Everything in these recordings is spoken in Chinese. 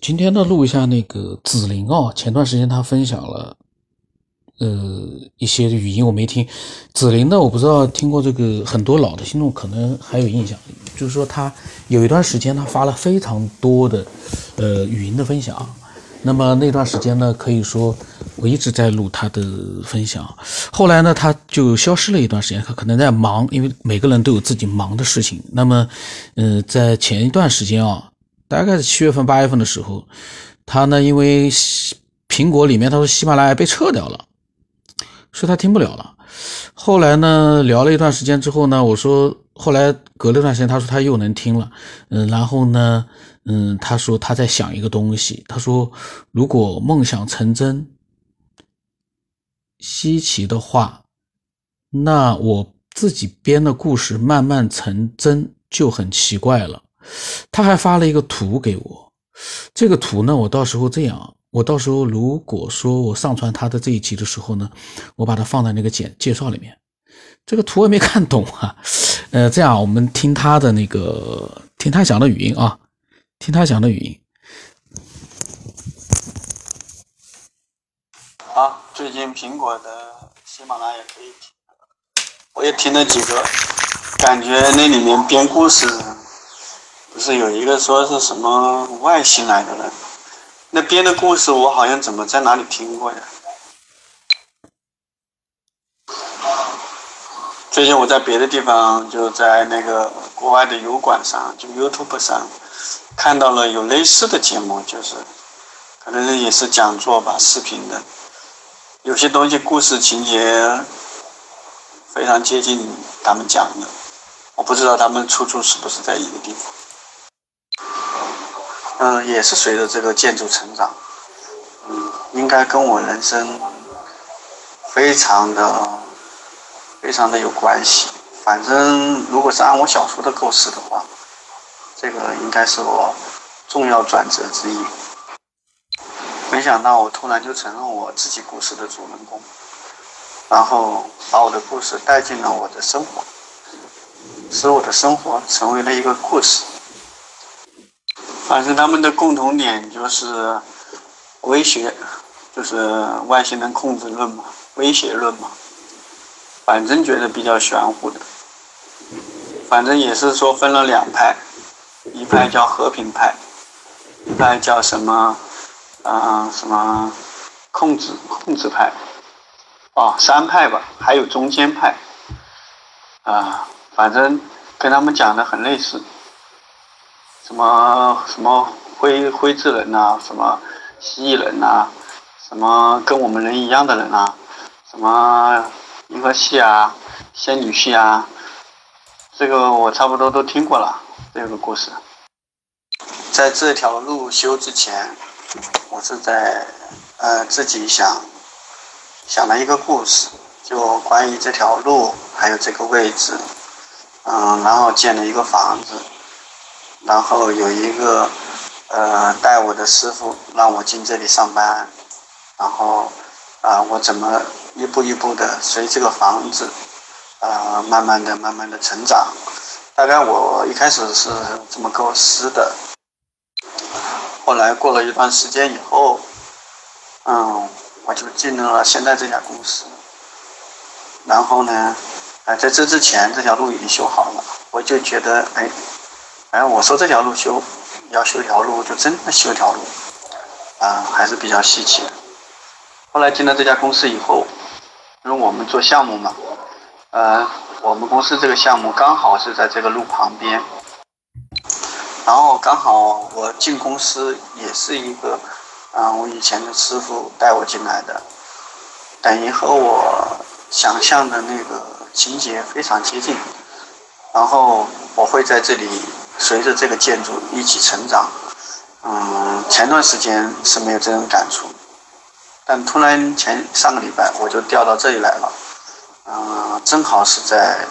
今天呢，录一下那个紫菱前段时间他分享了一些语音我没听。紫菱呢，我不知道听过这个，很多老的听众可能还有印象，就是说他有一段时间他发了非常多的语音的分享。那么那段时间呢，可以说我一直在录他的分享。后来呢，他就消失了一段时间，他可能在忙，因为每个人都有自己忙的事情。那么在前一段时间大概是7月份8月份的时候，他呢因为苹果里面他说喜马拉雅被撤掉了，所以他听不了了。后来呢聊了一段时间之后呢，我说后来隔了一段时间，他说他又能听了。然后呢他说他在想一个东西，他说如果梦想成真稀奇的话，那我自己编的故事慢慢成真就很奇怪了。他还发了一个图给我，这个图呢，我到时候如果说我上传他的这一集的时候呢，我把它放在那个介绍里面。这个图我也没看懂啊。这样我们听他的听他讲的语音啊，听他讲的语音。 好，最近苹果的喜马拉雅可以听，我也听了几个，感觉那里面编故事，不是有一个说是什么外星来的人，那编的故事我好像怎么在哪里听过呀？最近我在别的地方，就在那个国外的油管上，就 YouTube 上看到了有类似的节目，就是可能也是讲座吧，视频的，有些东西故事情节非常接近他们讲的，我不知道他们出处是不是在一个地方。也是随着这个建筑成长，应该跟我人生非常的有关系。反正如果是按我小说的构思的话，这个应该是我重要转折之一。没想到我突然就成了我自己故事的主人公，然后把我的故事带进了我的生活，使我的生活成为了一个故事。反正他们的共同点就是威胁，就是外星人控制论嘛，威胁论嘛，反正觉得比较玄乎的。反正也是说分了两派，一派叫和平派，一派叫什么控制派，三派吧，还有中间派，反正跟他们讲的很类似，什么灰智人啊，什么蜥蜴人啊，什么跟我们人一样的人啊，什么银河系啊，仙女系啊，这个我差不多都听过了，这个故事。在这条路修之前，我是在自己想了一个故事，就关于这条路还有这个位置，然后建了一个房子，然后有一个带我的师傅让我进这里上班，然后我怎么一步一步的随这个房子慢慢的成长。大概我一开始是这么构思的，后来过了一段时间以后，我就进入了现在这家公司。然后呢在这之前这条路已经修好了，我就觉得我说这条路要修条路就真的修条路，还是比较稀奇的。后来进了这家公司以后，因为我们做项目嘛，我们公司这个项目刚好是在这个路旁边，然后刚好我进公司也是一个我以前的师傅带我进来的，等于和我想象的那个情节非常接近。然后我会在这里随着这个建筑一起成长。前段时间是没有这种感触，但突然上个礼拜我就调到这里来了，正好是在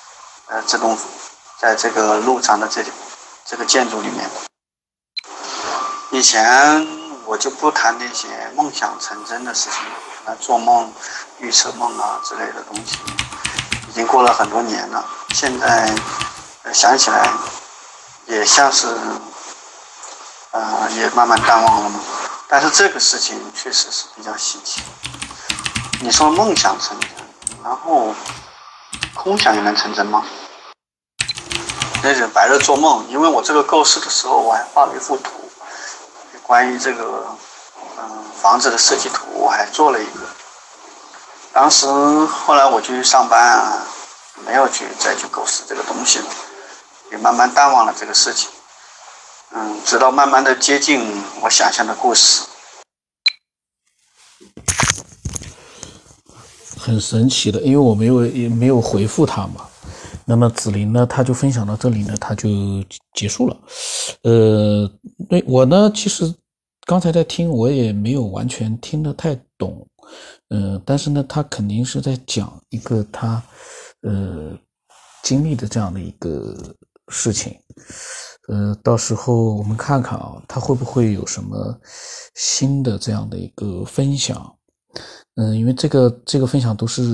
在这个路上的这个建筑里面。以前我就不谈那些梦想成真的事情，做梦预测梦之类的东西，已经过了很多年了。现在想起来也像是也慢慢淡忘了嘛。但是这个事情确实是比较稀奇。你说梦想成真，然后空想也能成真吗？那是白日做梦。因为我这个构思的时候，我还画了一幅图，关于这个房子的设计图，我还做了一个。当时后来我去上班啊，没有再去构思这个东西了，也慢慢淡忘了这个事情。直到慢慢的接近我想象的故事。 很神奇的，因为我也没有回复他嘛。那么子林呢，他就分享到这里呢，他就结束了。对我呢，其实刚才在听，我也没有完全听得太懂。但是呢，他肯定是在讲一个他经历的这样的一个事情。到时候我们看看啊，他会不会有什么新的这样的一个分享。因为这个分享都是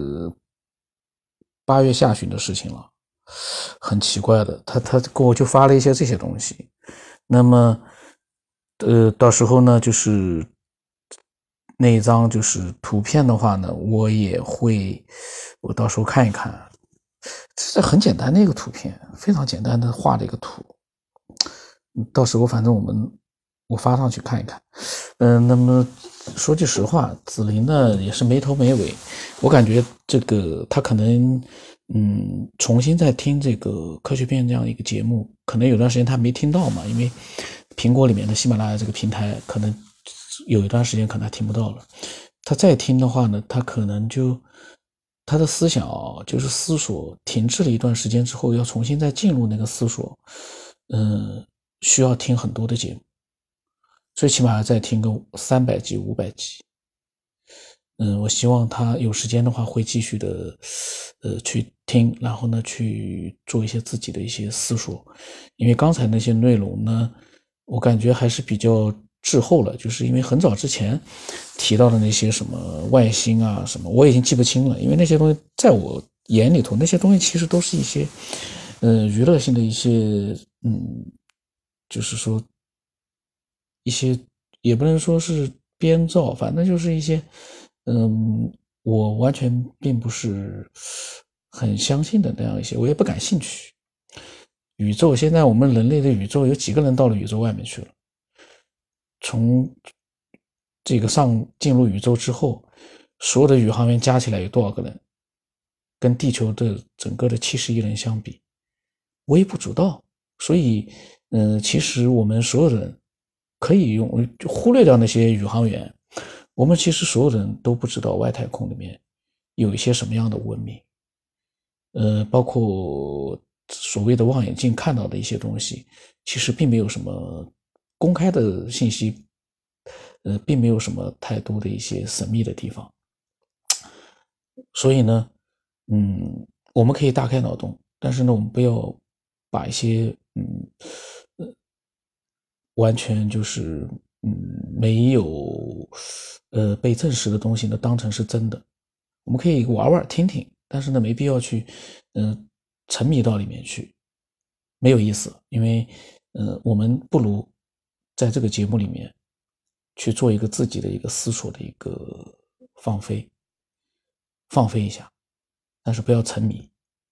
8月下旬的事情了，很奇怪的，他给我就发了一些这些东西。那么到时候呢，就是那一张就是图片的话呢，我到时候看一看。这很简单的一个图片，非常简单的画的一个图。到时候反正我发上去看一看。那么说句实话，子林呢也是没头没尾。我感觉这个他可能重新在听这个科学边缘这样一个节目，可能有段时间他没听到嘛，因为苹果里面的喜马拉雅这个平台可能有一段时间可能他听不到了。他再听的话呢，他可能就他的思想就是思索停滞了一段时间之后，要重新再进入那个思索，需要听很多的节目，最起码要再听个300集、500集。我希望他有时间的话会继续的去听，然后呢去做一些自己的一些思索。因为刚才那些内容呢，我感觉还是比较滞后了，就是因为很早之前提到的那些什么外星啊什么，我已经记不清了。因为那些东西在我眼里头，那些东西其实都是一些娱乐性的一些就是说一些也不能说是编造，反正就是一些我完全并不是很相信的那样一些，我也不感兴趣。宇宙现在我们人类的宇宙有几个人到了宇宙外面去了？从这个进入宇宙之后，所有的宇航员加起来有多少个人？跟地球的整个的70亿人相比，微不足道。所以其实我们所有人可以忽略掉那些宇航员，我们其实所有人都不知道外太空里面有一些什么样的文明。包括所谓的望远镜看到的一些东西，其实并没有什么公开的信息，并没有什么太多的一些神秘的地方。所以呢我们可以大开脑洞，但是呢我们不要把一些完全就是没有被证实的东西呢当成是真的。我们可以玩玩听听，但是呢没必要去沉迷到里面去，没有意思。因为我们不如在这个节目里面去做一个自己的一个思索的一个放飞一下，但是不要沉迷。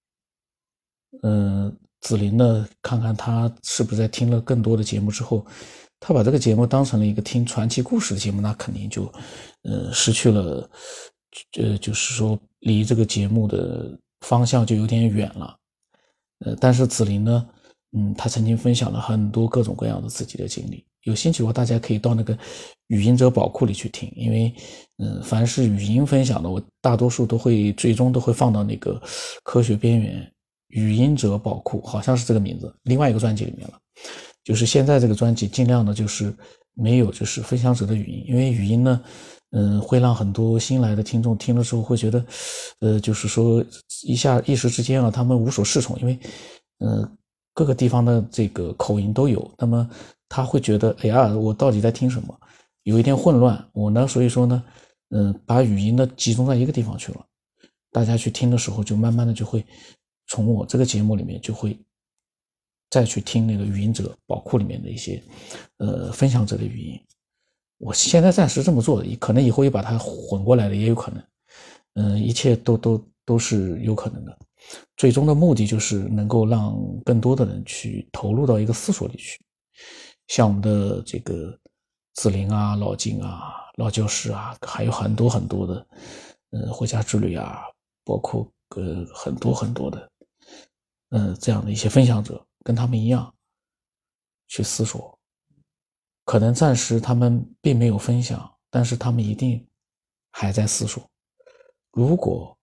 子林呢，看看他是不是在听了更多的节目之后，他把这个节目当成了一个听传奇故事的节目，那肯定就失去了就是说离这个节目的方向就有点远了。但是子林呢他曾经分享了很多各种各样的自己的经历，有兴趣的话大家可以到那个语音者宝库里去听。因为凡是语音分享的，我大多数最终都会放到那个科学边缘语音者宝库，好像是这个名字，另外一个专辑里面了。就是现在这个专辑尽量的就是没有就是分享者的语音，因为语音呢会让很多新来的听众听了之后会觉得就是说一时之间他们无所适从。因为各个地方的这个口音都有，那么他会觉得哎呀我到底在听什么，有一点混乱。我呢所以说呢把语音呢集中在一个地方去了，大家去听的时候就慢慢的就会从我这个节目里面就会再去听那个语音者宝库里面的一些分享者的语音。我现在暂时这么做的，可能以后也把它混过来了，也有可能。一切都是有可能的。最终的目的就是能够让更多的人去投入到一个思索里去。像我们的这个子林啊、老金啊、老教师啊，还有很多很多的回家之旅啊，包括很多很多的这样的一些分享者，跟他们一样去思索。可能暂时他们并没有分享，但是他们一定还在思索。如果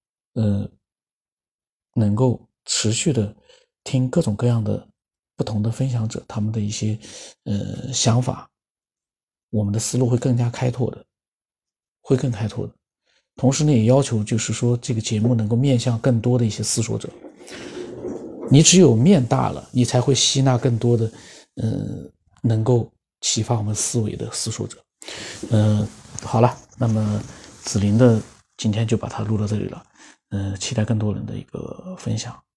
能够持续的听各种各样的不同的分享者他们的一些想法，我们的思路会更加开拓的，会更开拓的。同时呢，也要求就是说这个节目能够面向更多的一些思索者。你只有面大了，你才会吸纳更多的能够启发我们思维的思索者。好了，那么子林的今天就把它录到这里了。期待更多人的一个分享。